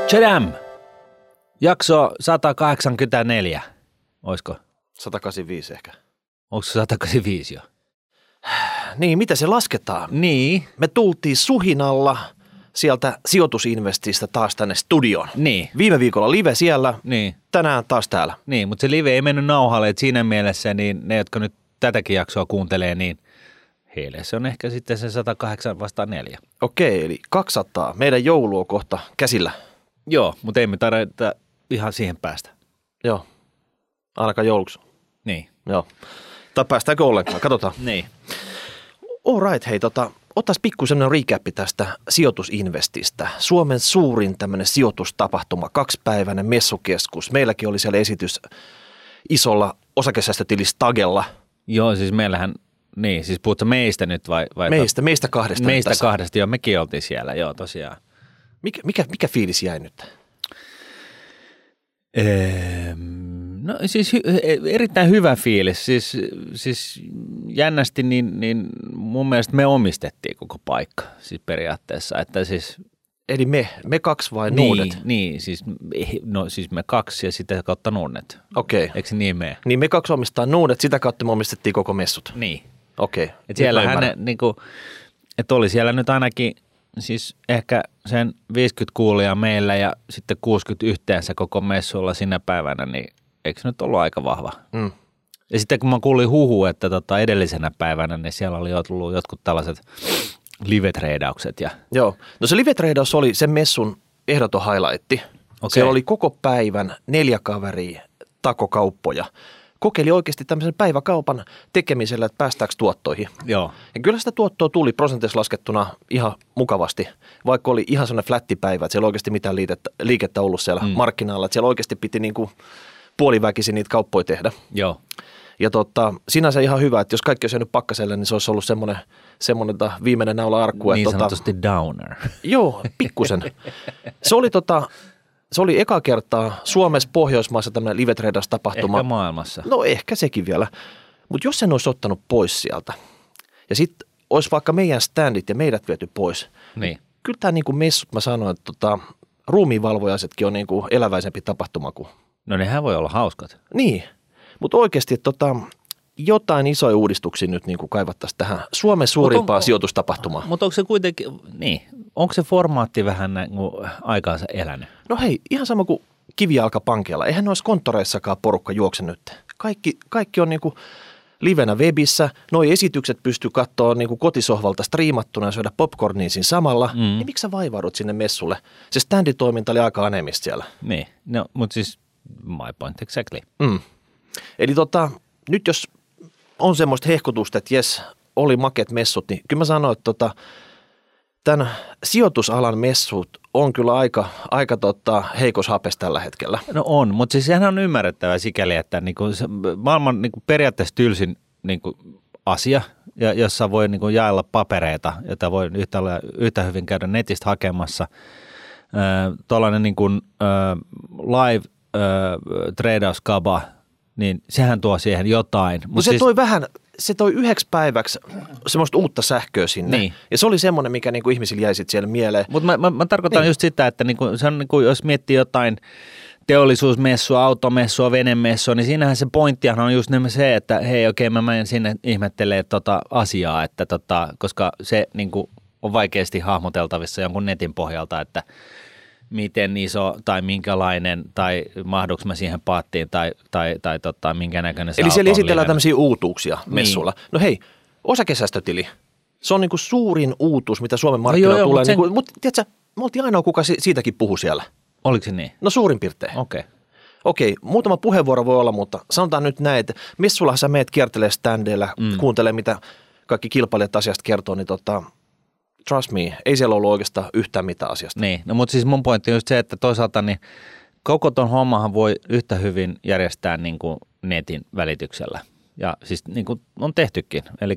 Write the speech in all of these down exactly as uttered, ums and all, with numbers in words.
Tchadam! Jakso sata kahdeksankymmentäneljä. Oisko? sata kahdeksankymmentäviisi ehkä. Onko se sata kahdeksankymmentäviisi jo? Niin, mitä se lasketaan? Niin. Me tultiin suhinalla sieltä sijoitusinvestistä taas tänne studioon. Niin. Viime viikolla live siellä, Niin. tänään taas täällä. Niin, mutta se live ei mennyt nauhalle, että siinä mielessä niin ne, jotka nyt tätäkin jaksoa kuuntelee, niin heille se on ehkä sitten se sata kahdeksan vastaan neljä. Okei, eli kaksisataa. Meidän joulu on kohta käsillä. Joo, mutta ei me tarvita ihan siihen päästä. Joo, ainakaan jouluksi. Niin. Joo. Tai päästäänkö ollenkaan, katsotaan. Niin. All right, hei, tota, ottaisi pikku semmoinen recap tästä sijoitusinvestistä. Suomen suurin tämmöinen sijoitustapahtuma, kaksipäiväinen messukeskus. Meilläkin oli siellä esitys isolla osakesäästötili Stagella. Joo, siis meillähän, niin, siis puhutko meistä nyt vai? vai meistä, meistä kahdesta. Meistä kahdesta, joo, mekin oltiin siellä, joo, tosiaan. Mikä, mikä, mikä fiilis jäi nyt? Eee, no siis hy, erittäin hyvä fiilis, siis, siis jännästi niin, niin mun mielestä me omistettiin koko paikka siis periaatteessa, että siis. Eli me, me kaksi vai niin, Nuudet? Niin, siis, no, siis me kaksi ja sitä kautta Nuudet. Okei. Okay. Eikö niin mene? Niin me kaksi omistaa Nuudet, sitä kautta me omistettiin koko messut. Niin. Okei. Okay. Että siellähän ne, niinku, että oli siellä nyt ainakin siis ehkä sen viisikymmentä kuulijaa meillä ja sitten kuusikymmentä yhteensä koko messulla sinä päivänä, niin eikö se nyt ollut aika vahva? Mm. Ja sitten kun mä kuulin huhu, että tota edellisenä päivänä, niin siellä oli ollut jotkut tällaiset live-treidaukset. Ja. Joo, no se live-treidaus oli sen messun ehdoton highlightti. Okay. Siellä oli koko päivän neljä kaveria takokauppoja. Kokeili oikeasti tämmöisen päiväkaupan tekemisellä, että päästäänkö tuottoihin. Joo. Ja kyllä sitä tuottoa tuli prosentissa laskettuna ihan mukavasti, vaikka oli ihan sellainen flättipäivä, että siellä oikeasti mitään liikettä, liikettä ollut siellä mm. markkinoilla, että siellä oikeasti piti niin kuin puoliväkisin niitä kauppoja tehdä. Joo. Ja tota, sinänsä ihan hyvä, että jos kaikki olisi jäänyt pakkaselle, niin se olisi ollut semmoinen, semmoinen viimeinen naula arkku. Niin että, sanotusti tota, downer. Joo, pikkusen. Se oli tota... Se oli eka kertaa Suomessa, Pohjoismaissa tämmöinen live-treidaus-tapahtuma. Ehkä maailmassa. No ehkä sekin vielä. Mutta jos sen olisi ottanut pois sieltä ja sitten olisi vaikka meidän standit ja meidät viety pois. Niin. Kyllä tämä niin kuin messut, mä sanoin, että tota, ruumiinvalvojaisetkin on niin kuin eläväisempi tapahtuma kuin. No nehän voi olla hauskat. Niin, mutta oikeasti tota, jotain isoja uudistuksia nyt niin kuin kaivattaisiin tähän Suomen suurimpaan on, sijoitustapahtumaan. Mutta onko se kuitenkin, niin, onko se formaatti vähän näin kuin aikaansa elänyt? No hei, ihan sama kuin kivijalkapankeilla. Eihän noissa konttoreissakaan porukka juokse nyt. Kaikki, kaikki on niin kuin livenä webissä. Noi esitykset pystyy katsoa niin kuin kotisohvalta striimattuna ja syödä popcornia siinä samalla. Mm. Niin miksi sä vaivaudut sinne messulle? Se standitoiminta oli aika anemista siellä. Niin, no, mutta siis my point exactly. Mm. Eli tota, nyt jos on semmoista hehkutusta, että jes, oli makeat messut, niin kyllä mä sanoin, että tota, tämän sijoitusalan messut on kyllä aika, aika tota, heikos hapes tällä hetkellä. No on, mutta siis sehän on ymmärrettävä sikäli, että niinku se maailman niinku periaatteessa tylsin niinku asia, ja jossa voi niinku jaella papereita, jota voi yhtä, yhtä hyvin käydä netistä hakemassa. Tuollainen niinku, live treidauskaba, niin sehän tuo siihen jotain. No se siis toi vähän, se toi yhdeksi päiväksi semmoista uutta sähköä sinne. Niin. Ja se oli semmoinen, mikä niinku ihmisillä jäi sitten siellä mieleen. Mutta mä, mä, mä tarkoitan niin. just sitä, että niinku, se on niinku, jos miettii jotain teollisuusmessua, automessua, venemessua, niin siinähän se pointtihan on just se, että hei okei okay, mä menen sinne ihmettelemään tota asiaa, että tota, koska se niinku, on vaikeasti hahmoteltavissa jonkun netin pohjalta, että miten iso tai minkälainen tai mahduks mä siihen paattiin tai, tai, tai tota, minkä näköinen se Eli siellä esitellään livenä. Tämmöisiä uutuuksia niin. messuilla. No hei, osakesäästötili. Se on niinku suurin uutuus, mitä Suomen markkinoilla no joo, tulee. Mutta sen... niinku, mut, tiedätkö, me oltiin ainoa, kuka siitäkin puhui siellä. Oliko se niin? No suurin piirtein. Okei. Okay. Okei, muutama puheenvuoro voi olla, mutta sanotaan nyt näin, että messullahan sä meet kiertelee standeilla, mm. kuuntelee mitä kaikki kilpailijat asiasta kertoo, niin tota, trust me, ei siellä ollut oikeastaan yhtään mitään asiasta. Niin, no mutta siis mun pointti on just se, että toisaalta niin koko ton hommahan voi yhtä hyvin järjestää niin kuin netin välityksellä. Ja siis niin kuin on tehtykin. Eli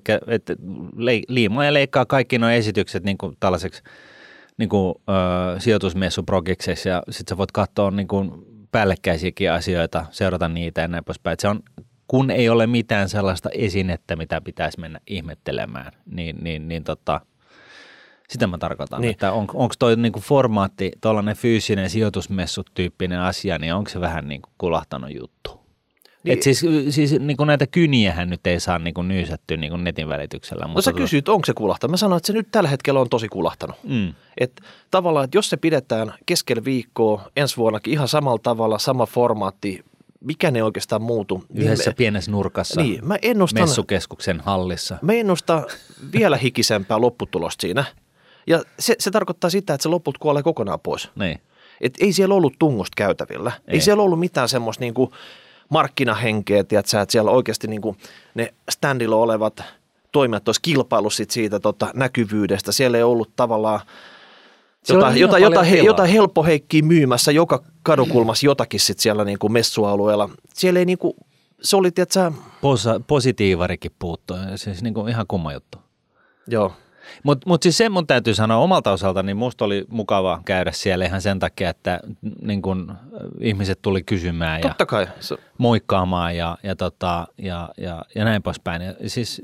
liimaa ja leikkaa kaikki nuo esitykset niin kuin tällaiseksi niin kuin, ö, sijoitusmessuprogikseksi ja sitten sä voit katsoa niin kuin päällekkäisiäkin asioita, seurata niitä ja näin poispäin. Se on, kun ei ole mitään sellaista esinettä, mitä pitäisi mennä ihmettelemään, niin, niin, niin tota, Sitä mä tarkoitan, Niin. että on, onko toi niinku formaatti, tuollainen fyysinen sijoitusmessut-tyyppinen asia, niin onko se vähän niinku kulahtanut juttu? Niin. Et siis siis niinku näitä kyniähän nyt ei saa niinku nyysättyä niinku netin välityksellä. No sä kysyit, onko se kulahtanut? Mä sanoin, että se nyt tällä hetkellä on tosi kulahtanut. Mm. Että tavallaan, että jos se pidetään keskellä viikkoa ensi vuonnakin ihan samalla tavalla, sama formaatti, mikä ne oikeastaan muutu. Yhdessä niin me, pienessä nurkassa niin, mä ennustan, messukeskuksen hallissa. mä ennustan vielä hikisempää lopputulosta siinä. Ja se, se tarkoittaa sitä, että se loput kuolee kokonaan pois. Niin. Et ei siellä ollut tungosta käytävillä. Ei, Ei siellä ollut mitään semmoista niinku markkinahenkeä, tiiätkö, että siellä oikeasti niinku ne standilla olevat toimijat olisi kilpailut sit siitä tota näkyvyydestä. Siellä ei ollut tavallaan jota, jota, jota, he, jota helppo heikkiä myymässä joka kadukulmassa jotakin sit siellä niinku messualueella. Siellä ei niinku, se oli tiiätkö, Posa, positiivarikin puuttuu, siis niinku ihan kumma juttu. joo. Mutta mut siis sen mun täytyy sanoa omalta osalta, niin musta oli mukava käydä siellä ihan sen takia, että niin kun ihmiset tuli kysymään ja Totta kai. Se, moikkaamaan ja, ja, tota, ja, ja, ja näin poispäin. Ja siis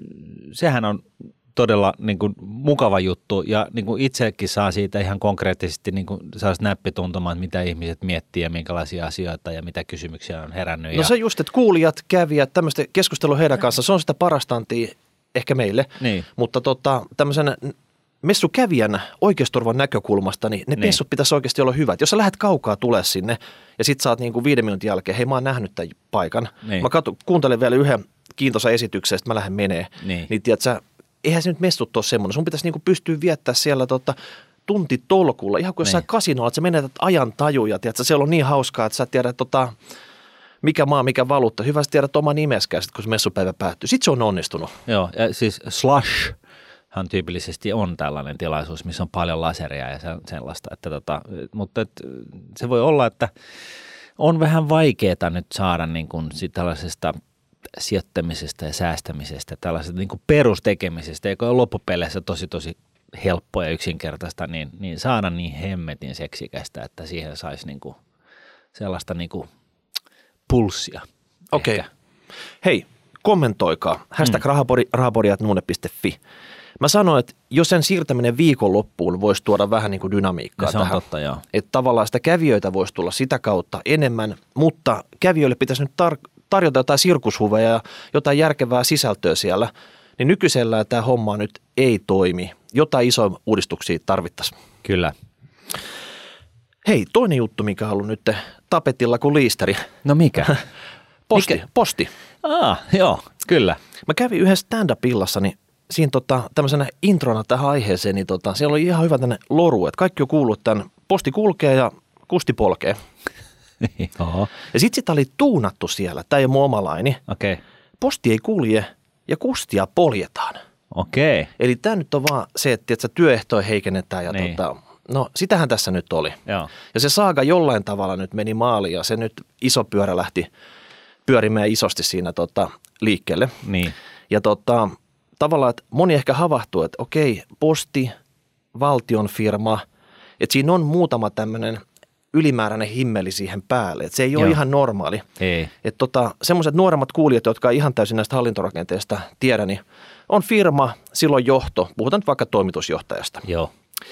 sehän on todella niin kun, mukava juttu ja niin kun itsekin saa siitä ihan konkreettisesti niin kun, saa näppituntumaan, mitä ihmiset miettii ja minkälaisia asioita ja mitä kysymyksiä on herännyt. no ja, se just, että kuulijat, kävijät, tämmöistä keskustelua heidän kanssa, se on sitä parasta antia ehkä meille, niin. mutta tota, tämmöisen messukävijän oikeusturvan näkökulmasta, niin ne Niin. messut pitäisi oikeasti olla hyvät. Jos sä lähdet kaukaa tulee sinne ja sit saat niinku viiden minuutin jälkeen, hei mä oon nähnyt tämän paikan, Niin. mä katso, kuuntelen vielä yhden kiintoisen esityksen, sitten mä lähden menee, Niin. niin tiedät sä, eihän se nyt messut ole semmoinen, sun pitäisi niinku pystyä viettää siellä tota, tuntitolkulla, ihan kuin jossain Niin. kasinolla, että sä menetät ajan tajuja, tiedät sä, siellä on niin hauskaa, että sä tiedät tota, mikä maa, mikä valuutta, hyvä sä tiedät oma nimeskään, sit, kun se messupäivä päättyy. Sitten se on onnistunut. Joo, ja siis Slush hän tyypillisesti on tällainen tilaisuus, missä on paljon laseria ja sellaista, että tota, mutta et, se voi olla, että on vähän vaikeaa nyt saada niin kuin tällaisesta sijoittamisesta ja säästämisestä, tällaisesta niin kuin perustekemisestä, joka on loppupeleissä tosi tosi helppoa ja yksinkertaista, niin, niin saada niin hemmetin seksikästä, että siihen saisi niin kuin sellaista niin kuin pulssia. Okei. Okay. Hei, kommentoikaa. Hashtag mm. rahapodi@nuune piste fi. Mä sanoin, että jos sen siirtäminen viikonloppuun voisi tuoda vähän niin kuin dynamiikkaa no, se on tähän. totta, joo. Että tavallaan sitä kävijöitä voisi tulla sitä kautta enemmän, mutta kävijöille pitäisi nyt tar- tarjota jotain sirkushuveja ja jotain järkevää sisältöä siellä. Niin nykyisellään tämä homma nyt ei toimi. Jotain isoja uudistuksia tarvittaisiin. Kyllä. Hei, toinen juttu, mikä on ollut nyt tapetilla kuin liisteri. No mikä? Posti. Mikä? Posti. Ah, joo, kyllä. Mä kävin yhden stand-up-illassa, niin siinä tota, tämmöisenä introna tähän aiheeseen, niin tota, siellä oli ihan hyvä tänne loru, että kaikki on kuullut tämän posti kulkee ja kusti polkee. Joo. Ja sit sitä oli tuunattu siellä, tämä ei ole mun oma laini. Okei. Okay. Posti ei kulje ja kustia poljetaan. Okei. Okay. Eli tämä nyt on vaan se, että, että työehtoja heikennetään ja Niin. tota, no sitähän tässä nyt oli. Joo. Ja se saaga jollain tavalla nyt meni maaliin ja se nyt iso pyörä lähti pyörimään isosti siinä tota, liikkeelle. Niin. Ja tota, tavallaan, että moni ehkä havahtuu, että okei, posti, valtion firma, että siinä on muutama tämmöinen ylimääräinen himmeli siihen päälle, että se ei ole Joo. ihan normaali. Ei. Että tota, semmoiset nuoremmat kuulijat, jotka ei ihan täysin näistä hallintorakenteista tiedä, niin on firma, silloin johto, puhutaan nyt vaikka toimitusjohtajasta. Joo.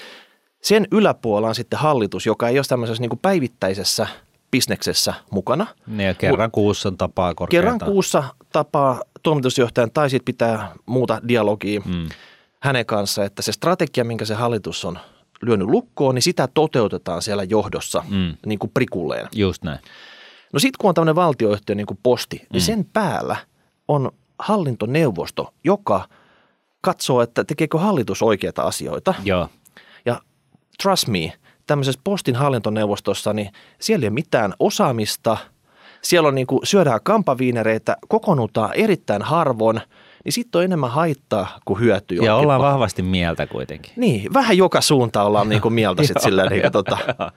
Sen yläpuolella on sitten hallitus, joka ei ole tämmöisessä niin kuin päivittäisessä bisneksessä mukana. Niin ja kerran kuussa tapaa korkeintaan. Kerran kuussa tapaa toimitusjohtajan tai sitten pitää muuta dialogia mm. hänen kanssa, että se strategia, minkä se hallitus on lyönyt lukkoon, niin sitä toteutetaan siellä johdossa mm. niin kuin prikulleen. Just näin. No sitten kun on tämmöinen valtioyhtiö niin kuin posti, mm. niin sen päällä on hallintoneuvosto, joka katsoo, että tekeekö hallitus oikeita asioita. Joo. Ja trust me, tämmöisessä postin hallintoneuvostossa, niin siellä ei ole mitään osaamista, siellä on niin kuin syödään kampaviinereitä, kokoonnutaan erittäin harvoin, niin sitten on enemmän haittaa kuin hyötyä. Ja ollaan vahvasti mieltä kuitenkin. Niin, vähän joka suunta ollaan niin kuin mieltä sitten sillä. Niin, tota,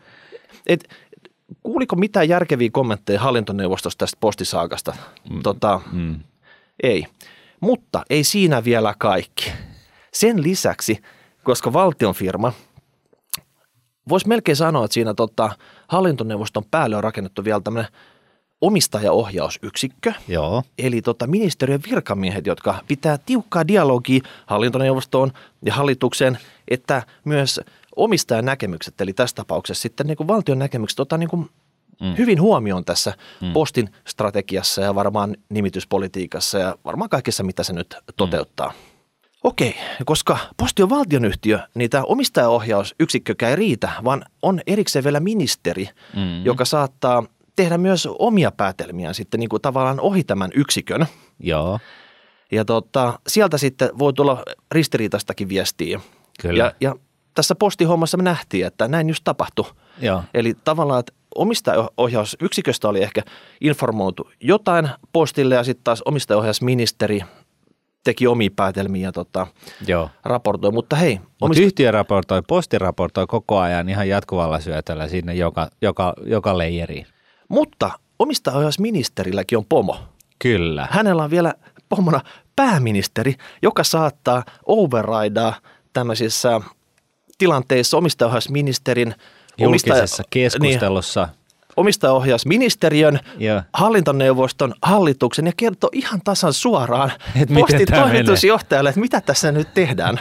et, kuuliko mitään järkeviä kommentteja hallintoneuvostosta tästä postisaakasta? Mm. Tota, mm. Ei, mutta ei siinä vielä kaikki. Sen lisäksi, koska valtion firma, voisi melkein sanoa, että siinä tota, hallintoneuvoston päälle on rakennettu vielä tämmöinen omistajaohjausyksikkö, Joo. eli tota ministeriön virkamiehet, jotka pitää tiukkaa dialogia hallintoneuvostoon ja hallitukseen, että myös omistajan näkemykset, eli tässä tapauksessa sitten niin kuin valtion näkemykset ottaa niin kuin mm. hyvin huomioon tässä mm. Postin strategiassa ja varmaan nimityspolitiikassa ja varmaan kaikessa, mitä se nyt toteuttaa. Mm. Okei, koska Posti on valtionyhtiö, niin tämä omistajaohjausyksikkökään ei riitä, vaan on erikseen vielä ministeri, mm. joka saattaa tehdä myös omia päätelmiään sitten niin kuin tavallaan ohi tämän yksikön. Joo. Ja tota, sieltä sitten voi tulla ristiriitaistakin viestiä. Kyllä. Ja, ja tässä postihommassa me nähtiin, että näin just tapahtui. Joo. Eli tavallaan, että omistajaohjausyksiköstä oli ehkä informoitu jotain postille ja sitten taas omistajaohjausministeri teki omia päätelmiä ja tota, Joo. raportoi. Mutta hei. Mutta omista... yhtiö raportoi, posti raportoi koko ajan ihan jatkuvalla syötöllä sinne joka, joka, joka leijeriin. Mutta omistajaohjausministerilläkin on pomo. Kyllä. Hänellä on vielä pomona pääministeri, joka saattaa overridaa tämmöisissä tilanteissa omistajaohjausministerin julkisessa omistaja- keskustelussa. Niin, omistajaohjausministeriön, Joo. hallintoneuvoston, hallituksen ja kertoo ihan tasan suoraan Et Postin toimitusjohtajalle, että mitä tässä nyt tehdään.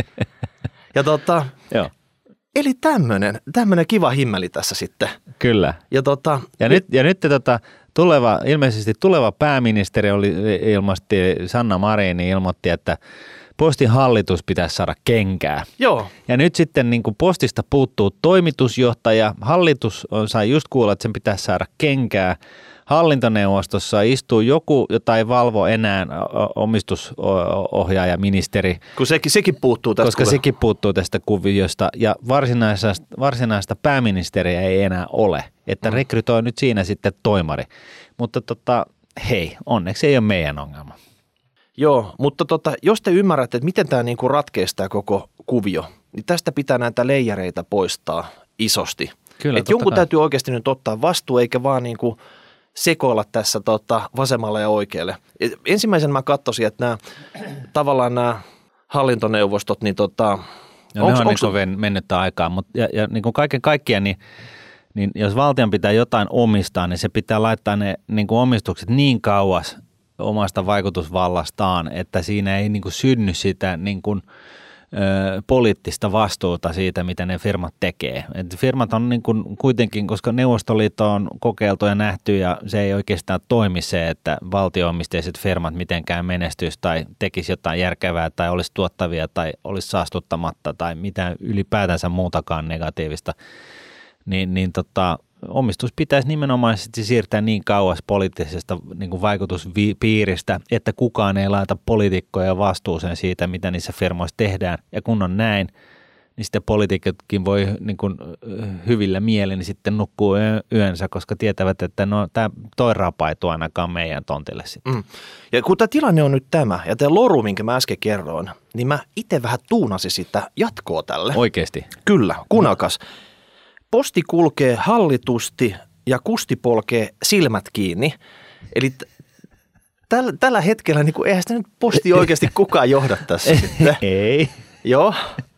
ja tota, Joo. Eli tämmöinen, tämmöinen kiva himmeli tässä sitten. Kyllä. Ja, tota, ja nyt, ja nyt tota, tuleva, ilmeisesti tuleva pääministeri oli, ilmoitti, Sanna Marin ilmoitti, että Postin hallitus pitäisi saada kenkää. Joo. Ja nyt sitten niin kuin Postista puuttuu toimitusjohtaja. Hallitus on, sai just kuulla, että sen pitäisi saada kenkää. Hallintoneuvostossa istuu joku, jota ei valvo enää omistusohjaaja, ministeri. Kun sekin, sekin puuttuu tästä. Koska kuva. sekin puuttuu tästä kuviosta ja varsinaista, varsinaista pääministeriä ei enää ole. Että mm. rekrytoi nyt siinä sitten toimari. Mutta tota, hei, onneksi ei ole meidän ongelma. Joo, mutta tota, jos te ymmärrätte, että miten tämä niinku ratkeaa tämä koko kuvio, niin tästä pitää näitä leijareita poistaa isosti. Kyllä, että jonkun kai. Täytyy oikeasti nyt ottaa vastuu, eikä vaan niinku sekoilla tässä tota, vasemmalla ja oikealle. Ensimmäisen mä katsoisin, että nämä tavallaan nämä hallintoneuvostot, niin tota... No, onks, ne on onks, niin mennyttä aikaa, mutta ja, ja niin kuin kaiken kaikkiaan, niin, niin jos valtion pitää jotain omistaa, niin se pitää laittaa ne niin kuin omistukset niin kauas omasta vaikutusvallastaan, että siinä ei niin kuin synny sitä niin kuin, ö, poliittista vastuuta siitä, mitä ne firmat tekee. Et firmat on niin kuin kuitenkin, koska Neuvostoliitto on kokeiltu ja nähty ja se ei oikeastaan toimi se, että valtio-omisteiset firmat mitenkään menestyisi tai tekisi jotain järkevää tai olisi tuottavia tai olisi saastuttamatta tai mitään ylipäätänsä muutakaan negatiivista, niin, niin tota, omistus pitäisi nimenomaisesti siirtää niin kauas poliittisesta niin kuin vaikutuspiiristä, että kukaan ei laita poliitikkoja vastuuseen siitä, mitä niissä firmoissa tehdään. Ja kun on näin, niin sitten poliitikotkin voi niin kuin hyvillä mielin sitten nukkuu yönsä, koska tietävät, että no, tämä toi rapaituu ainakaan meidän tontille sitten. Mm. Ja kun tämä tilanne on nyt tämä, ja tämä loru, minkä mä äsken kerroin, niin mä itse vähän tuunasin sitä jatkoa tälle. Oikeasti? Kyllä, kuunnelkas. Posti kulkee hallitusti ja kusti polkee silmät kiinni. Eli t- täl, tällä hetkellä niin kuin, eihän sitä nyt posti oikeasti kukaan johda tässä. Ei. Joo.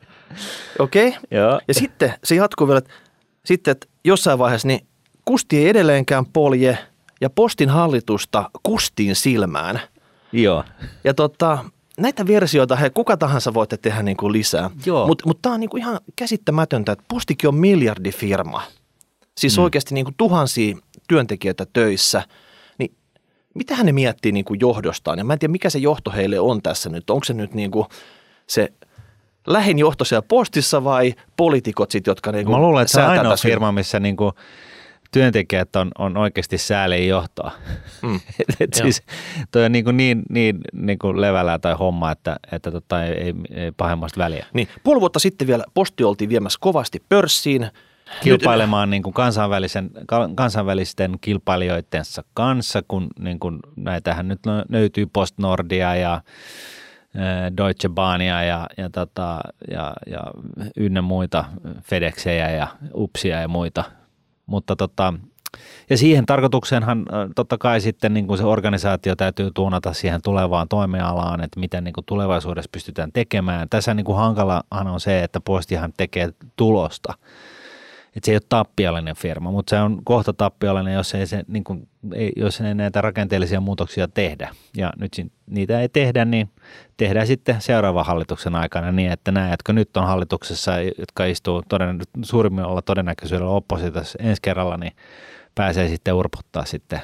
Okei. Okay. Joo. Ja sitten se jatkuu vielä, että, sitten, että jossain vaiheessa niin kusti ei edelleenkään polje ja postin hallitusta kustiin silmään. Joo. Ja tota... Näitä versioita he kuka tahansa voitte tehdä niin kuin lisää, mutta mut tämä on niin kuin ihan käsittämätöntä, että Postikin on miljardifirma. Siis mm. oikeasti niin kuin tuhansia työntekijöitä töissä, niin mitähän ne miettii niin kuin johdostaan? Ja mä en tiedä, mikä se johto heille on tässä nyt. Onko se nyt niin kuin se lähin johto siellä Postissa vai poliitikot sitten, jotka niin kuin mä luulen, että se on ainoa firma, missä niin kuin työntekijät on, on oikeasti sääliin johtoa. Mm. et siis toi on niin, kuin niin, niin, niin kuin levällä tai homma, että, että tota ei, ei, ei pahemmasta väliä. Niin. Puoli vuotta sitten vielä Posti oltiin viemässä kovasti pörssiin. Kilpailemaan niin kuin kansainvälisen, kansainvälisten kilpailijoidensa kanssa, kun niin kuin näitähän nyt löytyy PostNordia ja Deutsche Bahnia ja, ja, tota, ja, ja ynnä muita, FedExejä ja Upsia ja muita. Mutta tota, ja siihen tarkoitukseenhan totta kai sitten niin kuin se organisaatio täytyy tuunata siihen tulevaan toimialaan, että miten niin kuin tulevaisuudessa pystytään tekemään. Tässä niin kuin hankalahan on se, että Postihan tekee tulosta. että se ei ole tappiollinen firma, mutta se on kohta tappiollinen, jos ei, se, niin kuin, ei, jos ei näitä rakenteellisia muutoksia tehdä. Ja nyt niitä ei tehdä, niin tehdään sitten seuraavan hallituksen aikana niin, että nämä, jotka nyt on hallituksessa, jotka istuu toden, suurimmalla todennäköisyydellä oppositiossa ensi kerralla, niin pääsee sitten urputtaa sitten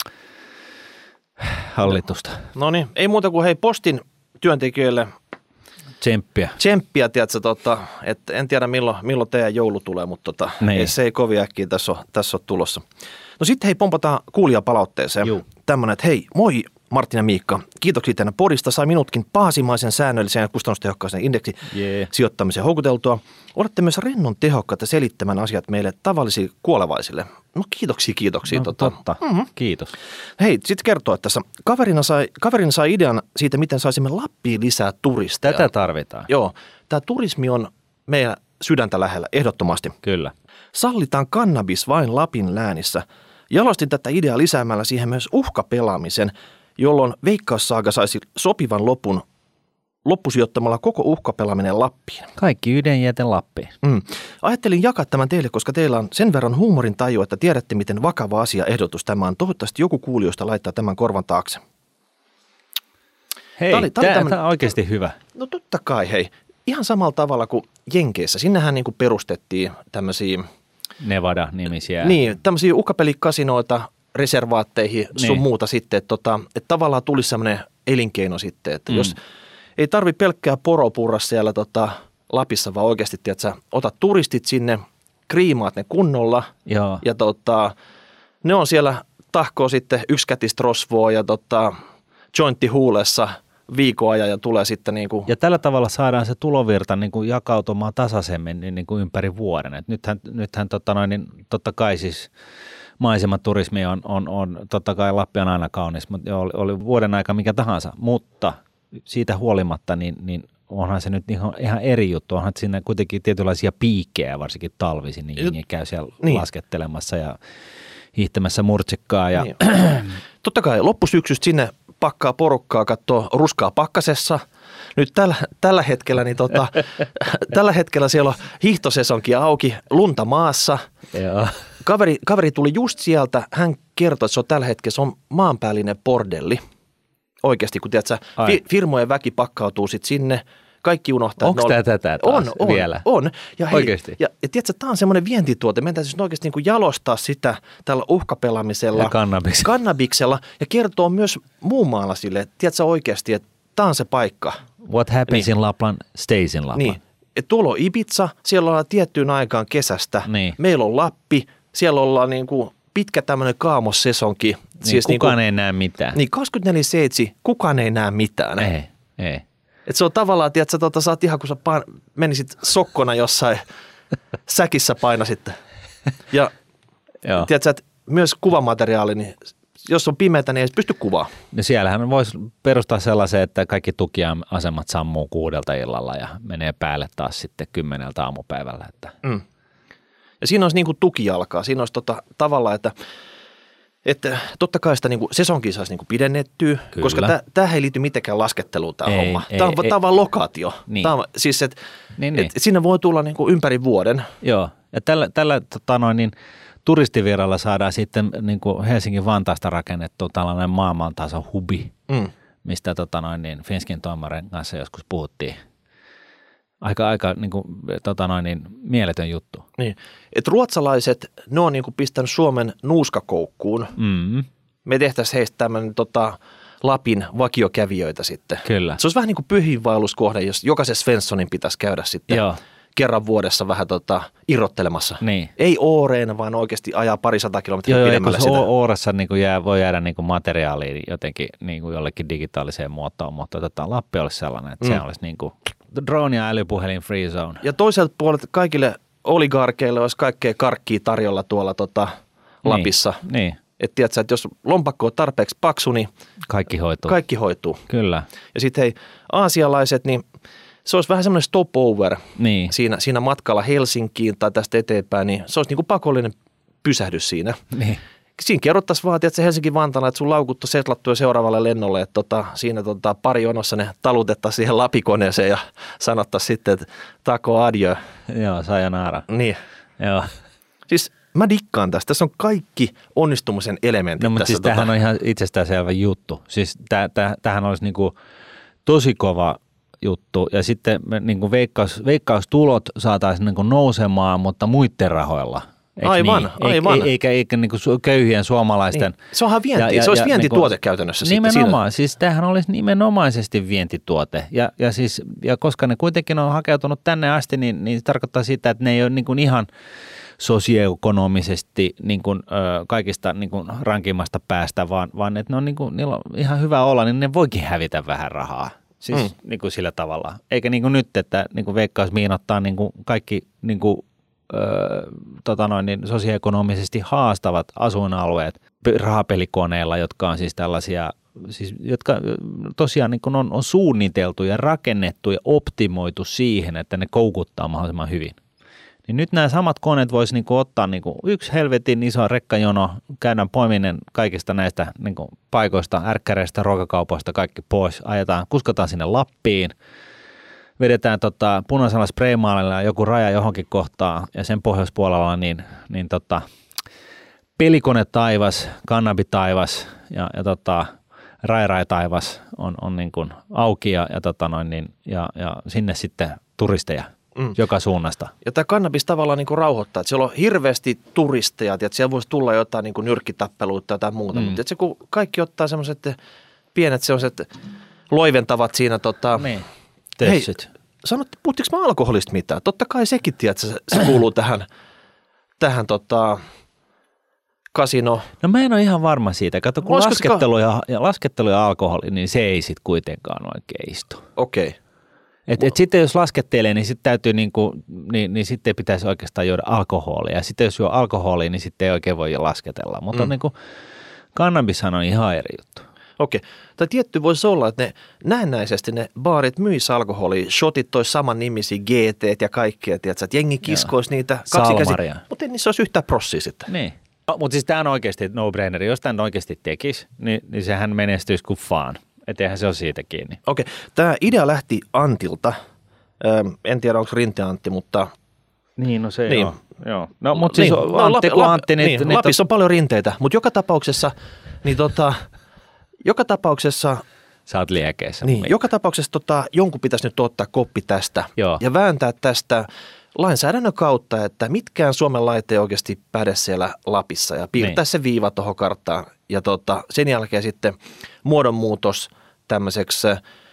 hallitusta. No niin, ei muuta kuin hei Postin työntekijöille Tsemppiä. Tsemppiä, tiedätkö, tota, että en tiedä milloin, milloin teidän joulu tulee, mutta tota, ei, se ei kovin äkkiä tässä ole, tässä ole tulossa. No sitten hei, pompataan kuulijapalautteeseen. Tämmöinen, että hei, moi Martin ja Miikka, kiitoksia tänä podista, sai minutkin paasimaisen säännöllisen ja kustannustehokkaisen indeksi yeah. sijoittamisen houkuteltua. Olette myös rennon tehokkaita selittämään asiat meille tavallisille kuolevaisille. No kiitoksia, kiitoksia. No, tota. totta, mm-hmm. Kiitos. Hei, sitten kertoo, että tässä kaverina sai, kaverina sai idean siitä, miten saisimme Lappiin lisää turisteja. Tätä tarvitaan. Joo, tämä turismi on meidän sydäntä lähellä, ehdottomasti. Kyllä. Sallitaan kannabis vain Lapin läänissä. Jalostin tätä ideaa lisäämällä siihen myös uhkapelaamisen, jolloin Veikkaussaaga saisi sopivan lopun loppusijoittamalla koko uhkapelaaminen Lappiin. Kaikki ydinjäte Lappiin. Mm. Ajattelin jakaa tämän teille, koska teillä on sen verran huumorin taju, että tiedätte, miten vakava asia ehdotus tämä on. Toivottavasti joku kuulijoista laittaa tämän korvan taakse. Hei, tämä, tämä, tämä on oikeasti hyvä. No totta kai, hei. Ihan samalla tavalla kuin Jenkeissä. Sinnehän niin kuin perustettiin tämmöisiä Nevada-nimisiä. Niin, tämmöisiä uhkapelikasinoita reservaatteihin sun niin. muuta sitten, että, tota, että tavallaan tulisi semmoinen elinkeino sitten, että mm. jos ei tarvi pelkkää poropurra siellä tota, Lapissa, vaan oikeasti, tiedätkö, otat turistit sinne, kriimaat ne kunnolla Joo. ja tota, ne on siellä tahkoo sitten yksikätistä rosvoa ja tota, jointti huulessa viikon ajan ja tulee sitten niin kuin. Ja tällä tavalla saadaan se tulovirta niin kuin jakautumaan tasaisemmin niin kuin ympäri vuoden. Et nythän nythän tota noin, niin totta kai siis maisematurismi on, on, on, totta kai Lappi on aina kaunis, mutta oli, oli vuoden aika mikä tahansa, mutta siitä huolimatta niin, niin onhan se nyt ihan, ihan eri juttu. Onhan siinä kuitenkin tietynlaisia piikkejä, varsinkin talvisin, niin jengi käy siellä niin. laskettelemassa ja hiihtämässä murtsikkaa. Ja niin. Totta kai loppusyksystä sinne pakkaa porukkaa, katsoo ruskaa pakkasessa. Nyt tällä, tällä hetkellä niin tota, tällä hetkellä siellä on hiihtosesonkin auki, lunta maassa. Joo. Kaveri, kaveri tuli just sieltä, hän kertoi, että se on tällä hetkellä, se on maanpäällinen bordelli. Oikeasti, kun tiedät sä, fi, firmojen väki pakkautuu sitten sinne, kaikki unohtaa. Onko tämä tätä taas on, on, vielä? On, ja hei, oikeasti? Ja, ja tiedätkö, tämä on semmoinen vientituote, meidän täytyy oikeasti niin kuin jalostaa sitä tällä uhkapelaamisella. Ja kannabiksella. Kannabiksella, ja kertoo myös muun maalaisille, että tiedätkö oikeasti, että tämä on se paikka. What happens niin. in Lapland stays in Lapland. Niin, että tuolla on Ibiza, siellä ollaan tiettyyn aikaan kesästä, niin. Meillä on Lappi, siellä ollaan niin kuin pitkä tämmöinen kaamossesonki. Niin, siis kukaan niin kuin, ei näe mitään. Niin kaksikymmentäneljä seitsemän, kukaan ei näe mitään. Ei, ei. Et se on tavallaan, että sä, tota, sä oot ihan kun sä pain, menisit sokkona jossain säkissä painasit. Ja tiedätkö, että myös kuvamateriaali, niin jos on pimeätä, niin ei pysty kuvaa. No siellähän voisi perustaa sellaisen, että kaikki tukiasemat sammuu kuudelta illalla ja menee päälle taas sitten kymmeneltä aamupäivällä. Että. Mm. Ja siinä olisi niin kuin tukijalkaa. Siinä olisi tota, tavallaan, että Että totta kai sitä niinku sesonkin saisi niinku pidennettyä, Kyllä. koska tämä ei liity mitenkään lasketteluun tämä homma. Tämä on, on vain lokaatio. Niin. On, siis et, niin, et, niin. Sinne voi tulla niinku ympäri vuoden. Joo, ja tällä, tällä tota noin, niin, turistivirralla saadaan sitten niinku Helsingin Vantaasta rakennettu tällainen maailmantason hubi, mm. mistä tota noin, niin, Finskin toimarin kanssa joskus puhuttiin. Aika, aika niin kuin, tota noin, niin, mieletön juttu. Niin, että ruotsalaiset, ne on niin kuin pistänyt Suomen nuuskakoukkuun. Mm. Me tehtäisiin heistä tämmöinen tota, Lapin vakiokävijöitä sitten. Kyllä. Se olisi vähän niin kuin pyhiinvaelluskohde, jos jokaisen Svenssonin pitäisi käydä sitten Joo. kerran vuodessa vähän tota, irrottelemassa. Niin. Ei Ooreena, vaan oikeasti ajaa parisata kilometriä Joo, pidemmälle sitä. Joo, Ooressa niin kuin jää, voi jäädä niin kuin materiaaliin jotenkin niin kuin jollekin digitaaliseen muotoon, mutta tota, Lappi olisi sellainen, että mm. se olisi niin kuin drone ja älypuhelin free zone. Ja toiselta puolelta kaikille oligarkeille olisi kaikkea karkkia tarjolla tuolla tota, Lapissa. Niin, niin. Että tiedätkö, että jos lompakko on tarpeeksi paksu, niin kaikki hoituu. Kaikki hoituu. Kyllä. Ja sitten hei, aasialaiset, niin se olisi vähän semmoinen stopover niin. siinä, siinä matkalla Helsinkiin tai tästä eteenpäin, niin se olisi niin kuin pakollinen pysähdys siinä. Niin. Siinä kerrottaisiin vaan, että Helsinki-Vantaalla, että sun laukut on setlattu jo seuraavalle lennolle, että tota, siinä tota, pari jonossa ne talutettaisiin siihen lapikoneeseen ja sanottaisiin sitten, että tako adieu. Joo, sayonara. Niin. Joo. Siis mä dikkaan tästä. Tässä on kaikki onnistumisen elementit. No, mutta tässä, siis tota... tämähän on ihan itsestäänselvä juttu. Siis täh, täh, tämähän olisi niinku tosi kova juttu. Ja sitten me niinku veikkaus, veikkaustulot saataisiin niinku nousemaan, mutta muiden rahoilla. Eikö aivan, niin? aivan. Eikä, eikä, eikä niinku köyhien suomalaisten. Niin. Se onhan vienti, ja, ja, se olisi ja, vientituote niinku, käytännössä. Nimenomaan, sitten siis tämähän olisi nimenomaisesti vientituote. Ja, ja, siis, ja koska ne kuitenkin on hakeutunut tänne asti, niin, niin se tarkoittaa sitä, että ne ei ole niinku ihan sosioekonomisesti niin kuin, ö, kaikista niin kuin rankimmasta päästä, vaan, vaan että ne on, niin kuin, niillä on ihan hyvä olla, niin ne voikin hävitä vähän rahaa. Siis mm. niin kuin sillä tavalla. Eikä niin kuin nyt, että niin kuin Veikkaus miinottaa niin kuin kaikki niin kuin, ö, tota noin, niin sosioekonomisesti haastavat asuinalueet rahapelikoneilla, jotka on siis tällaisia, siis, jotka tosiaan niin kuin on, on suunniteltu ja rakennettu ja optimoitu siihen, että ne koukuttaa mahdollisimman hyvin. Niin nyt nämä samat koneet voisi niinku ottaa niinku yksi helvetin iso rekkajono, käydään poiminen kaikista näistä niinku paikoista, ärkkäreistä, ruokakaupoista, kaikki pois, ajetaan, kuskataan sinne Lappiin, vedetään tota punaisella spraymaalilla joku raja johonkin kohtaan ja sen pohjoispuolella niin, niin tota, pelikone taivas, kannabitaivas ja, ja tota, rai taivas on, on niin kuin auki ja, ja, tota noin, niin, ja, ja sinne sitten turisteja. Mm. Joka suunnasta. Ja tämä kannabis tavallaan niin kuin rauhoittaa, että siellä on hirveästi turisteja, että siellä voisi tulla jotain niin kuin nyrkkitappeluita tai jotain muuta, mm. mutta se, kun kaikki ottaa semmoiset pienet sellaiset loiventavat siinä. Tota, niin, tössyt. Hei, sanot, puhuttiinko mä alkoholista mitään? Totta kai sekin, tiedät, se, se kuuluu tähän, tähän tota, kasino. No mä en ole ihan varma siitä. Kato, kun laskettelu ja, ja, laskettelu ja alkoholi, niin se ei sitten kuitenkaan oikein istu. Okei. Okay. Et, et sitten jos laskettelee, niin sitten täytyy niinku, niin, niin sitten ei pitäisi oikeastaan juoda alkoholia. Ja sitten jos juo alkoholia, niin sitten ei oikein voi jo lasketella. Mutta mm. niinku, kannabishan on ihan eri juttu. Okei. Tai tietty voisi olla, että ne näennäisesti ne baarit myisi alkoholia, shotit tois saman nimisiä G T ja kaikkea, tiedätkö, että jengi kiskoisi Joo. niitä kaksikäisiä, mutta ei niissä olisi yhtään prossia sitten. Niin. No, mutta siis tämä on oikeasti no-braineri. Jos tämän oikeasti tekisi, niin, niin sehän menestyisi kuin faan. Että eihän se ole siitä kiinni. Okei. Tämä idea lähti Antilta. Öm, en tiedä, onko Rinte Antti, mutta... Niin, no se niin. joo. joo. No, mutta siis niin. Antti, no, Lap, Antti... Niin, niin, Lapissa on paljon rinteitä, mutta joka tapauksessa... Niin tota, joka tapauksessa... Sä oot liekeissä. Niin, joka tapauksessa tota, jonkun pitäisi nyt ottaa koppi tästä. Joo. Ja vääntää tästä lainsäädännön kautta, että mitkään Suomen lait ei oikeasti päde siellä Lapissa. Ja piirtää niin. se viiva tuohon karttaan. Ja tota, sen jälkeen sitten muodonmuutos tämmöiseksi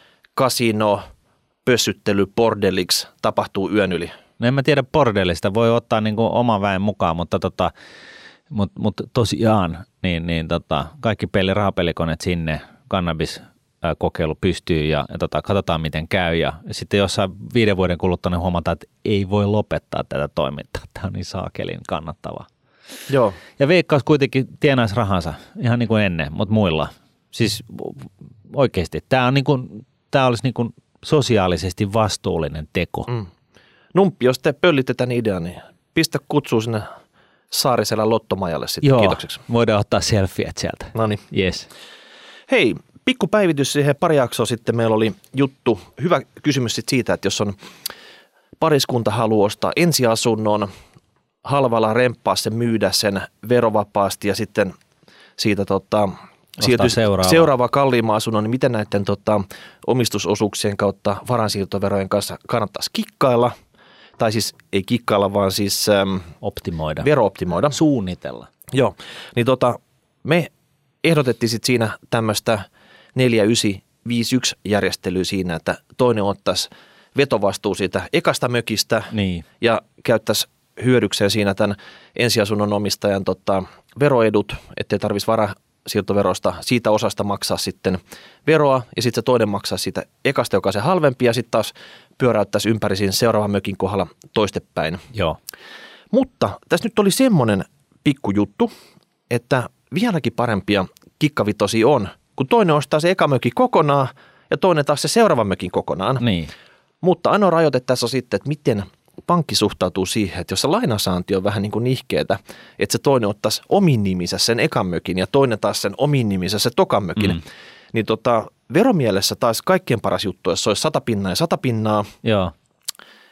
kasino, pössyttely, bordelliksi tapahtuu yön yli. No en mä tiedä bordellista, voi ottaa niin kuin oman väen mukaan, mutta, tota, mutta, mutta tosiaan niin, niin tota, kaikki peli, rahapelikoneet sinne, kannabiskokeilu pystyy ja, ja tota, katsotaan miten käy ja sitten jossain viiden vuoden kuluttua niin huomataan, että ei voi lopettaa tätä toimintaa, tämä on niin saakelin kannattavaa. Joo. Ja Veikkaus kuitenkin tienaisi rahansa ihan niin kuin ennen, mutta muilla. Siis oikeasti, tämä, on niin kuin, tämä olisi niin kuin sosiaalisesti vastuullinen teko. Mm. Numppi, jos te pöllitte tämän idean, niin pistä kutsuu sinne Saariselän lottomajalle sitten. Joo, kiitokseksi. Voidaan ottaa selfieet sieltä. Noniin. Yes. Hei, pikku päivitys siihen pari jaksoa sitten meillä oli juttu. Hyvä kysymys sitten siitä, että jos on pariskunta haluaa ostaa ensiasunnon, halvalla remppaa sen, myydä sen verovapaasti ja sitten siitä tota, siirtyy seuraava. seuraava kalliimman asunnon, niin miten näiden tota, omistusosuuksien kautta varainsiirtoverojen kanssa kannattaisi kikkailla, tai siis ei kikkailla, vaan siis äm, optimoida. Vero-optimoida. Suunnitella. Joo, niin tota, me ehdotettiin sitten siinä tämmöistä neljä yhdeksän viisi yksi järjestelyä siinä, että toinen ottaisi vetovastuu siitä ekasta mökistä niin. ja käyttäisi hyödykseen siinä tämän ensiasunnon omistajan tota, veroedut, ettei tarvitsisi varasiirtoverosta siitä osasta maksaa sitten veroa ja sitten se toinen maksaa siitä ekasta, joka on se halvempi ja sitten taas pyöräyttäisi ympäri siinä seuraavan mökin kohdalla toistepäin. Joo. Mutta tässä nyt oli semmoinen pikkujuttu, että vieläkin parempia kikkavitosia on, kun toinen ostaa se eka mökin kokonaan ja toinen taas se seuraavan mökin kokonaan. Niin. Mutta ainoa rajoite tässä on sitten, että miten pankki suhtautuu siihen, että jos se lainasaanti on vähän niin kuin nihkeetä, että se toinen ottaisi omin nimissä sen ekan mökin ja toinen taas sen omin nimissä se tokan mökin, mm. niin tota, veromielessä taas kaikkien paras juttu, jos se olisi sata pinnaa ja sata pinnaa. Joo. Ja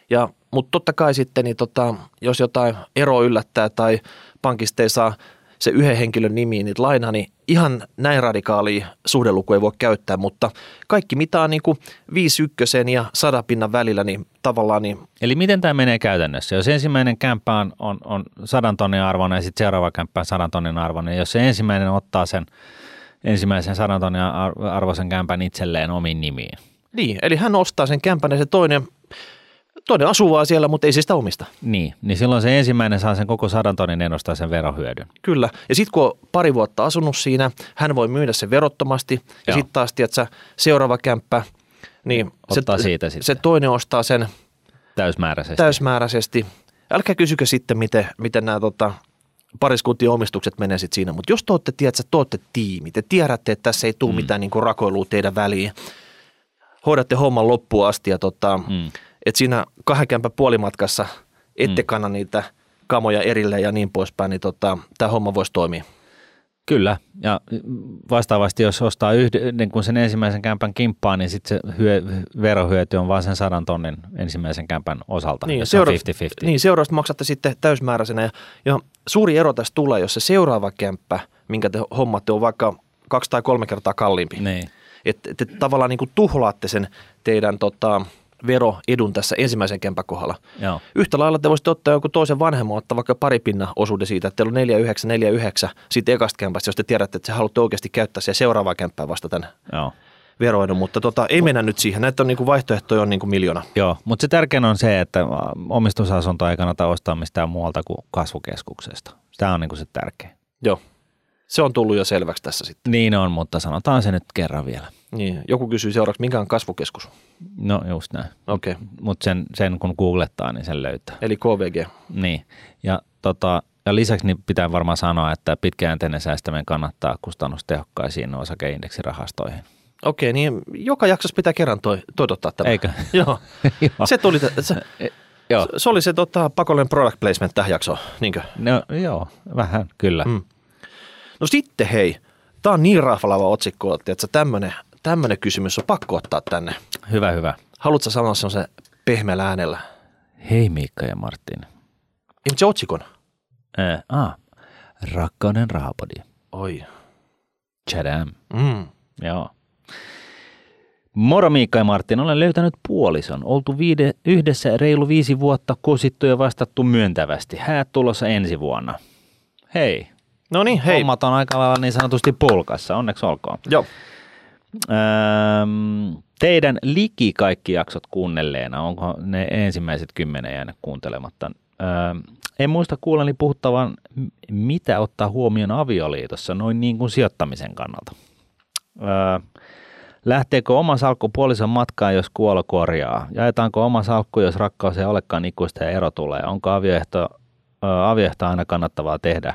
mutta totta kai sitten, niin tota, jos jotain eroa yllättää tai pankista ei saa se yhden henkilön nimiin niitä lainaa, niin ihan näin radikaalia suhdeluku ei voi käyttää, mutta kaikki mitä on niin kuin viisi ykkösen ja sadan pinnan välillä, niin tavallaan niin. Eli miten tämä menee käytännössä? Jos ensimmäinen kämppä on, on, on sadan tonnin arvoinen ja sitten seuraava kämppä on sadan tonnin arvoinen, jos se ensimmäinen ottaa sen ensimmäisen sadan tonnin arvoisen kämpän itselleen omiin nimiin. Niin, eli hän ostaa sen kämpän ja se toinen, toinen asuu vaan siellä, mutta ei se sitä omista. Niin, niin silloin se ensimmäinen saa sen koko sadan tonnin edustaa sen verohyödyn. Kyllä, ja sitten kun on pari vuotta asunut siinä, hän voi myydä sen verottomasti ja sitten taas, tiedätkö, seuraava kämppä, niin ottaa se, siitä se toinen ostaa sen täysmääräisesti. täysmääräisesti. Älkää kysykö sitten, miten, miten nämä tota, pariskuntien omistukset menee sitten siinä, mutta jos te olette, tiedätkö, te olette tiimi, te tiedätte, että tässä ei tule mm. mitään niin kuin rakoilua teidän väliin, hoidatte homman loppuun asti ja tota, mm. että siinä kahden kämpän puolimatkassa ette mm. kanna niitä kamoja erilleen ja niin poispäin, niin tota, tämä homma voisi toimia. Kyllä, ja vastaavasti jos ostaa yhden, niin kun sen ensimmäisen kämpän kimppaa, niin sitten se hyö, verohyöty on vain sen sadan tonnin ensimmäisen kämpän osalta, niin, jos seura- on viisikymmentä viisikymmentä. Niin, seuraavasta maksatte sitten täysmääräisenä, ja, ja suuri ero tässä tulee, jos se seuraava kämppä, minkä te hommatte, on vaikka kaksi tai kolme kertaa kalliimpi. Niin. Että te tavallaan niin kuin tuhlaatte sen teidän tota, veroedun tässä ensimmäisen kämpän kohdalla. Joo. Yhtä lailla te voisitte ottaa jonkun toisen vanhemman, ottaa vaikka pari pinnan osuuden siitä, että teillä on neljä yhdeksän neljä yhdeksän siitä ekasta kämpästä, jos te tiedätte, että se haluatte oikeasti käyttää siellä seuraavaa kämppää vasta tämän Joo. veroedun, mutta tota, ei mennä nyt siihen. Näitä on niin kuin vaihtoehtoja on niin kuin miljoona. Joo, mutta se tärkein on se, että omistusasunto ei kannata ostaa mistään muualta kuin kasvukeskuksesta. Tämä on niin kuin se tärkein. Joo. Se on tullut jo selväksi tässä sitten. Niin on, mutta sanotaan se nyt kerran vielä. Niin, joku kysyy seuraavaksi, mikä on kasvukeskus? No just näin. Okei. Okay. Mutta sen, sen kun googlettaa, niin sen löytää. Eli K V G. Niin, ja, tota, ja lisäksi niin pitää varmaan sanoa, että pitkäjänteinen säästäminen kannattaa kustannustehokkaisiin osakeindeksirahastoihin. Okei, niin joka jaksossa pitää kerran toi, toitottaa tämä. Eikö? Joo. Se tuli, se, Joo. se oli se tota, pakollinen product placement tähän jaksoon, niinkö? No joo, vähän, kyllä. Mm. No sitten hei, tämä on niin raflaava otsikko, että tämmöinen, tämmöinen kysymys on pakko ottaa tänne. Hyvä, hyvä. Haluatko sanoa semmoisen pehmeällä äänellä? Hei Miikka ja Martin. Ei, se otsikon? Ää, ah, Rakkauden rahapodi. Oi. Tchadam. Mm. Joo. Moro Miikka ja Martin, olen löytänyt puolison. Oltu viide, yhdessä reilu viisi vuotta, kosittu ja vastattu myöntävästi. Häät tulossa ensi vuonna. Hei. No niin, hei. Hommat on aika lailla niin sanotusti pulkassa, onneksi olkoon. Joo. Öm, teidän liki kaikki jaksot kuunnelleena, onko ne ensimmäiset kymmenen jäänyt kuuntelematta? Öm, en muista kuulleni puhuttavan, mitä ottaa huomioon avioliitossa noin niin kuin sijoittamisen kannalta. Öm, lähteekö oma salkku puolison matkaan, jos kuolo korjaa? Jaetaanko oma salkku, jos rakkaus ei olekaan ikuista ja ero tulee? Onko avioehto, avioehto aina kannattavaa tehdä?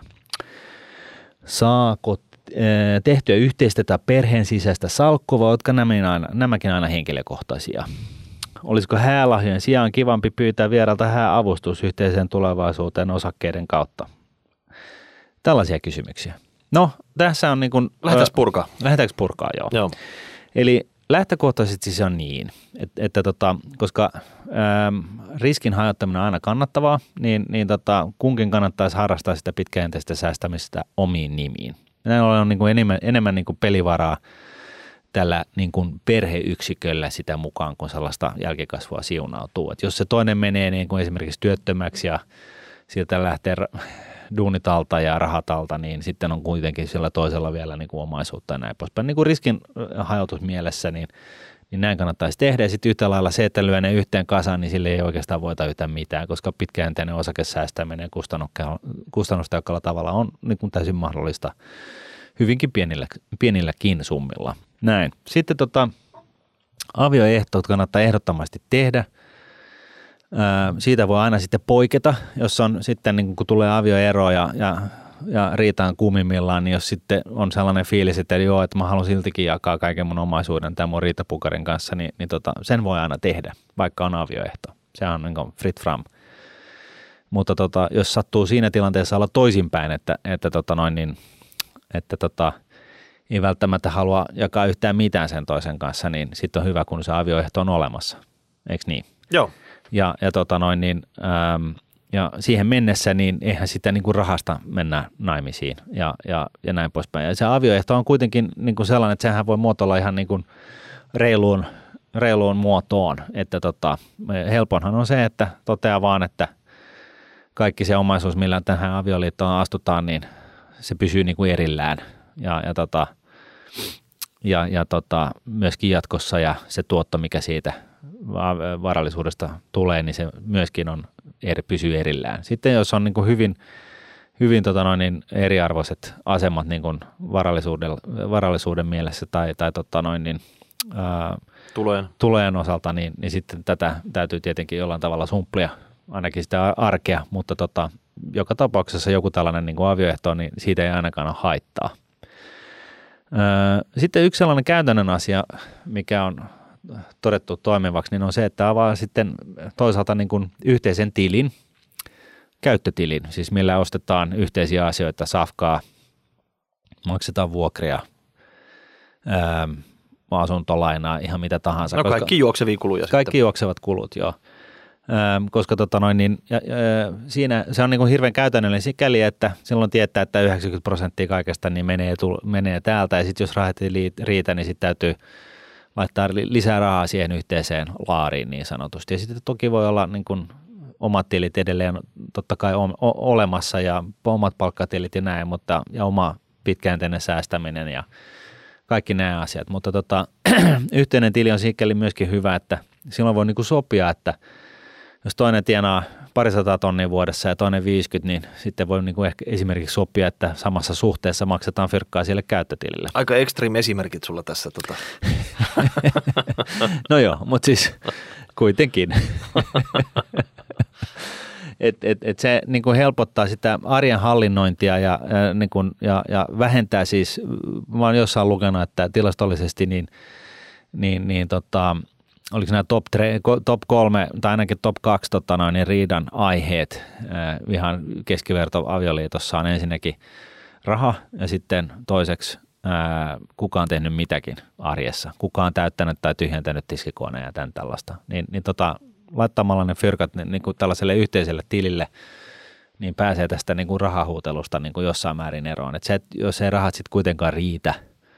Saako tehtyä yhteistä tai perheen sisäistä salkkua, vai oletko aina, nämäkin aina henkilökohtaisia? Olisiko häälahjojen sijaan kivampi pyytää vieralta hääavustus yhteiseen tulevaisuuteen osakkeiden kautta? Tällaisia kysymyksiä. No, tässä on niin kuin... Lähdetäänkö purkaa? Lähdetäänkö purkaa, joo. joo. Eli lähtökohtaisesti se on niin, että, että tota, koska äm, riskin hajottaminen on aina kannattavaa, niin, niin tota, kunkin kannattaisi harrastaa sitä pitkäjänteistä säästämistä omiin nimiin. Näin ollen on niin kuin enemmän, enemmän niin kuin pelivaraa tällä niin kuin perheyksiköllä sitä mukaan, kun sellaista jälkikasvua siunautuu. Et jos se toinen menee niin kuin esimerkiksi työttömäksi ja sieltä lähtee duunitalta ja rahatalta, niin sitten on kuitenkin sillä toisella vielä niin kuin omaisuutta ja näin poispäin. Niin kuin riskin hajotusmielessä, niin, niin näin kannattaisi tehdä. Ja sitten yhtä lailla se, että lyö ne yhteen kasaan, niin sille ei oikeastaan voita yhtään mitään, koska pitkäjänteinen osakesäästäminen kustannustehokkaalla tavalla on niin kuin täysin mahdollista hyvinkin pienillä, pienilläkin summilla. Näin. Sitten tota, avioehtoot kannattaa ehdottomasti tehdä. Siitä voi aina sitten poiketa, jos on sitten niin kun tulee avioero ja, ja, ja riitaan kuumimmillaan, niin jos sitten on sellainen fiilis, että joo, että mä haluan siltikin jakaa kaiken mun omaisuuden tämän mun riitapukarin kanssa, niin, niin tota, sen voi aina tehdä, vaikka on avioehto. Se on niin kuin frit fram. Mutta tota, jos sattuu siinä tilanteessa olla toisinpäin, että, että, tota noin, niin, että tota, ei välttämättä halua jakaa yhtään mitään sen toisen kanssa, niin sitten on hyvä, kun se avioehto on olemassa. Eikö niin? Joo. Ja, ja, tota noin, niin, ähm, ja siihen mennessä niin eihän sitä niin kuin rahasta mennä naimisiin ja, ja, ja näin poispäin. Ja se avioehto on kuitenkin niin kuin sellainen, että sehän voi muotoilla ihan niin kuin reiluun, reiluun muotoon. Että tota, helponhan on se, että toteaa vaan, että kaikki se omaisuus, millä tähän avioliittoon astutaan, niin se pysyy niin kuin erillään. Ja, ja, tota, ja, ja tota, myöskin jatkossa ja se tuotto, mikä siitä varallisuudesta tulee, niin se myöskin on, eri, pysyy erillään. Sitten jos on niin kuin hyvin, hyvin tota noin, niin eriarvoiset asemat niin kuin varallisuuden, varallisuuden mielessä tai, tai tota noin, niin, ää, tulojen. tulojen osalta, niin, niin sitten tätä täytyy tietenkin jollain tavalla sumplia, ainakin sitä arkea, mutta tota, joka tapauksessa joku tällainen niin kuin avioehto, niin siitä ei ainakaan ole haittaa. Ää, sitten yksi sellainen käytännön asia, mikä on todettu toimivaksi, niin on se, että avaa sitten toisaalta niin kuin yhteisen tilin, käyttötilin, siis millä ostetaan yhteisiä asioita, safkaa, maksetaan vuokria, ää, asuntolainaa, ihan mitä tahansa. No kaikki koska, juoksevia kuluja. Kaikki sitten. juoksevat kulut, joo. Ää, koska tota noin, niin, ja, ja, siinä se on niin kuin hirveän käytännöllinen sikäli, että silloin tietää, että yhdeksänkymmentä prosenttia kaikesta niin menee, tull, menee täältä, ja sitten jos rahat ei riitä, niin sitten täytyy laittaa lisää rahaa siihen yhteiseen laariin niin sanotusti. Ja sitten toki voi olla niin kuin omat tilit edelleen totta kai on, o, olemassa ja omat palkkatilit ja näin, mutta ja oma pitkäjänteinen säästäminen ja kaikki nämä asiat. Mutta tota, yhteinen tili on sikäli myöskin hyvä, että silloin voi niin kuin sopia, että jos toinen tienaa parisataa tonnia vuodessa ja toinen viisikymmentä, niin sitten voi niin kuin ehkä esimerkiksi sopia, että samassa suhteessa maksetaan fyrkkaa sille käyttötilille. Aika extreme esimerkit sulla tässä. Tota. No joo, mutta siis kuitenkin. et, et, et se niin kuin helpottaa sitä arjen hallinnointia ja, ja, niin kuin, ja, ja vähentää siis, mä oon jossain lukenut, että tilastollisesti niin, niin, niin tota, oliko nämä top, tre, top kolme tai ainakin top kaksi tota noin, niin riidan aiheet äh, ihan keskiverto avioliitossa on ensinnäkin raha ja sitten toiseksi äh, kuka on tehnyt mitäkin arjessa, kuka on täyttänyt tai tyhjentänyt tiskikoneen ja tämän tällaista. Niin, niin tota, laittamalla ne fyrkat niin, niin kuin tällaiselle yhteiselle tilille, niin pääsee tästä niin kuin rahahuutelusta niin kuin jossain määrin eroon. Et se, et jos ei rahat sitten kuitenkaan riitä,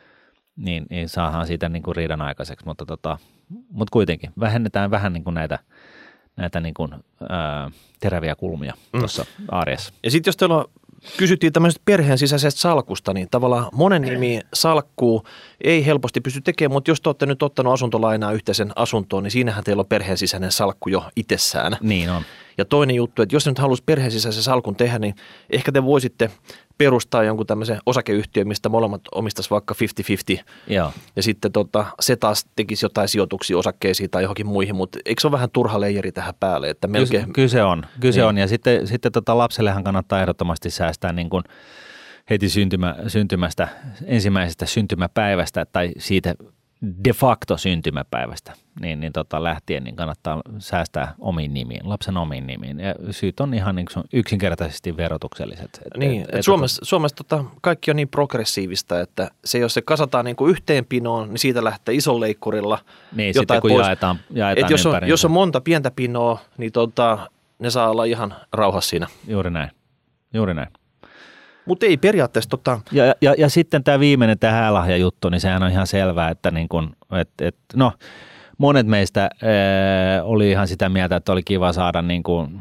niin, niin saadaan siitä niin kuin riidan aikaiseksi, mutta tota, Mutta kuitenkin vähennetään vähän niin kuin näitä, näitä niin kuin, ää, teräviä kulmia mm. tuossa arjessa. Ja sitten jos teillä kysyttiin tämmöisestä perheen sisäisestä salkusta, niin tavallaan monen nimi salkkuu ei helposti pysty tekemään, mutta jos te olette nyt ottanut asuntolainaa yhteisen asuntoon, niin siinähän teillä on perheen sisäinen salkku jo itsessään. Niin on. Ja toinen juttu, että jos nyt haluaisi perheen sisäisen salkun tehdä, niin ehkä te voisitte perustaa jonkun tämmöisen osakeyhtiön, mistä molemmat omistaisi vaikka viisikymmentä viisikymmentä. Joo. Ja sitten tota, se taas tekisi jotain sijoituksia osakkeisiin tai johonkin muihin, mutta eikö se ole vähän turha leijeri tähän päälle? Että melkein... Kyllä, kyllä se on. Kyllä se niin. on. Ja sitten, sitten tota lapsellehan kannattaa ehdottomasti säästää niin kuin heti syntymä, syntymästä, ensimmäisestä syntymäpäivästä tai siitä de facto syntymäpäivästä, niin, niin tota, lähtien niin kannattaa säästää omiin nimiin, lapsen omiin nimiin. Ja syyt on ihan niin yksinkertaisesti verotukselliset. Et, niin, et, et Suomessa, Suomessa tota, kaikki on niin progressiivista, että se jos se kasataan niin kuin yhteenpinoon, niin siitä lähtee ison leikkurilla niin, jotain sitten kun pois. jaetaan, jaetaan jos, on, ympäri. jos on monta pientä pinoa, niin tota, ne saa olla ihan rauhassa siinä. Juuri näin, juuri näin. Mutta ei periaatteessa tota... Ja, ja, ja sitten tämä viimeinen, tämä häälahjajuttu, niin sehän on ihan selvää, että niin kun, et, et, no, monet meistä ää, oli ihan sitä mieltä, että oli kiva saada niin kun,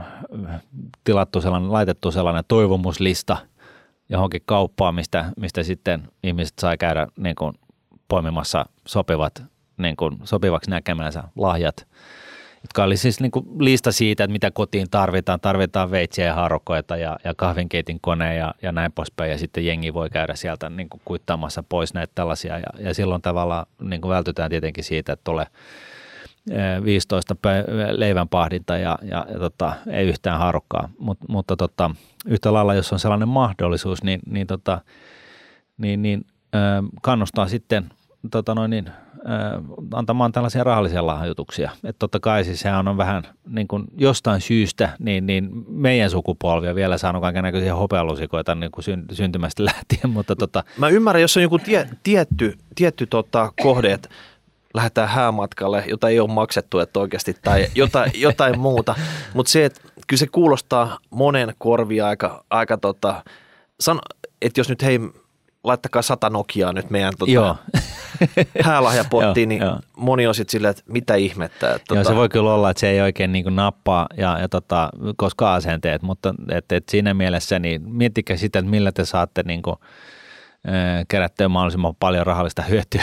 tilattu sellainen, laitettu sellainen toivomuslista johonkin kauppaan, mistä, mistä sitten ihmiset sai käydä niin kun, poimimassa sopivat, niin kun, sopivaksi näkemänsä lahjat, jotka oli siis niin kuin lista siitä, että mitä kotiin tarvitaan. Tarvitaan veitsiä ja haarukoita ja, ja kahvinkeitin kone ja, ja näin poispäin. Ja sitten jengi voi käydä sieltä niin kuin kuittaamassa pois näitä tällaisia. Ja, ja silloin tavallaan niin kuin vältytään tietenkin siitä, että tulee viisitoista leivänpahdinta ja, ja, ja tota, ei yhtään haarukkaa. Mut, mutta tota, yhtä lailla, jos on sellainen mahdollisuus, niin, niin, tota, niin, niin kannustaa sitten tota noin niin, antamaan tällaisia rahallisia lahjoituksia. Että totta kai siis sehän on vähän niin kuin jostain syystä, niin, niin meidän sukupolvia vielä saanut kaikennäköisiä hopealusikoita niin kuin syntymästä lähtien. Mutta tota. Mä ymmärrän, jos on joku tie, tietty, tietty tota kohde, että lähdetään häämatkalle, jota ei ole maksettu, että oikeasti, tai jotain, jotain muuta. Mutta se, että kyllä se kuulostaa monen korvia aika, aika tota, san, että jos nyt hei, laittakaa sata Nokiaa nyt meidän tota, häälahjapottiin, niin joo. Moni on sitten silleen, että mitä ihmettä. Että, joo, tota, se voi kyllä olla, että se ei oikein niin kuin nappaa ja, ja tota, koska asenteet, mutta et, et siinä mielessä niin miettikää sitä, että millä te saatte niin kuin, äh, kerättyä mahdollisimman paljon rahallista hyötyä.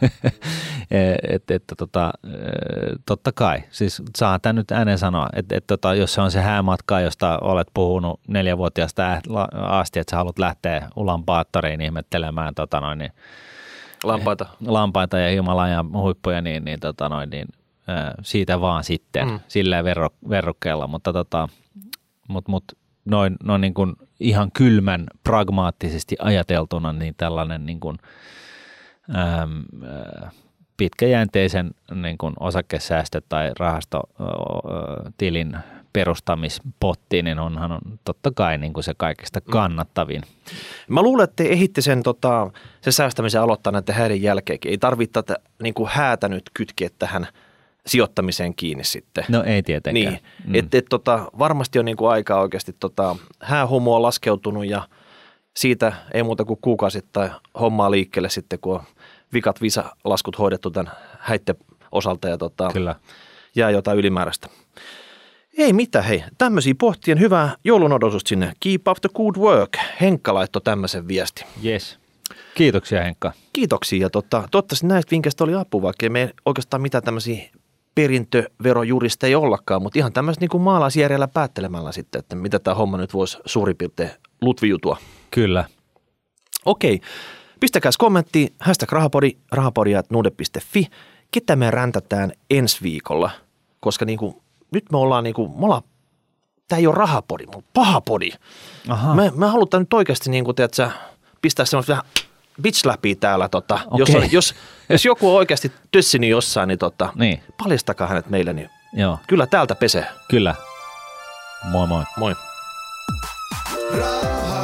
et, et, tota, äh, totta kai, siis saa tämän nyt ääneen sanoa, että et, tota, jos se on se häämatka, josta olet puhunut neljävuotiaasta asti, että sä haluat lähteä Ulaanbaatoriin ihmettelemään tota noin, niin Lampaita. Lampaita ja Himalajan huippuja, niin, niin, tota noin, niin siitä vaan sitten, mm. sillä verro, verrokkeella, mutta tota, mut, mut, noin, noin niin kuin ihan kylmän pragmaattisesti ajateltuna, niin tällainen niin kuin, äm, pitkäjänteisen niin kuin osakesäästö- tai rahastotilin perustamispotti, niin onhan on totta kai niin kuin se kaikista kannattavin. Mä luulen, että te ehitte sen, tota, sen säästämisen aloittaa näiden häiden jälkeenkin. Ei tarvitse tätä niin kuin häätä nyt kytkeä tähän sijoittamiseen kiinni sitten. No ei tietenkään. Niin, mm. että et, tota, varmasti on niin kuin aikaa oikeasti, tota, häähumu on laskeutunut ja siitä ei muuta kuin kuukausittain hommaa liikkeelle sitten, kun on vikat visalaskut hoidettu tämän häitten osalta ja tota, Kyllä. jää jotain ylimääräistä. Ei mitään, hei. Tämmöisiä pohtien hyvää joulun odotusta sinne. Keep up the good work. Henkka laittoi tämmöisen viesti. Yes. Kiitoksia Henkka. Kiitoksia. Totta, toivottavasti näistä vinkkeistä oli apua, vaikka ei me oikeastaan mitään tämmöisiä perintöverojuristeja ollakaan, mutta ihan tämmöistä niin kuin maalaisjärjellä päättelemällä sitten, että mitä tämä homma nyt voisi suurin piirtein lutviutua. Kyllä. Okei. Pistäkääs kommentti, hashtag rahapodi, rahapodi at nuude piste fi. Ketä me räntätään ensi viikolla, koska niin kuin nyt me ollaan niin kuin, me ollaan, tämä ei ole rahapodi, mutta pahapodi. Aha. Me, me halutaan nyt oikeasti niin kuin, tiedätkö, pistää semmoista vähän bitch läpi täällä. Tota, okay. jos, on, jos, jos joku on oikeasti tössini jossain, niin, tota, niin. paljastakaa hänet meille. Niin joo. Kyllä täältä pesee. Kyllä. Moi moi. Moi. Raha.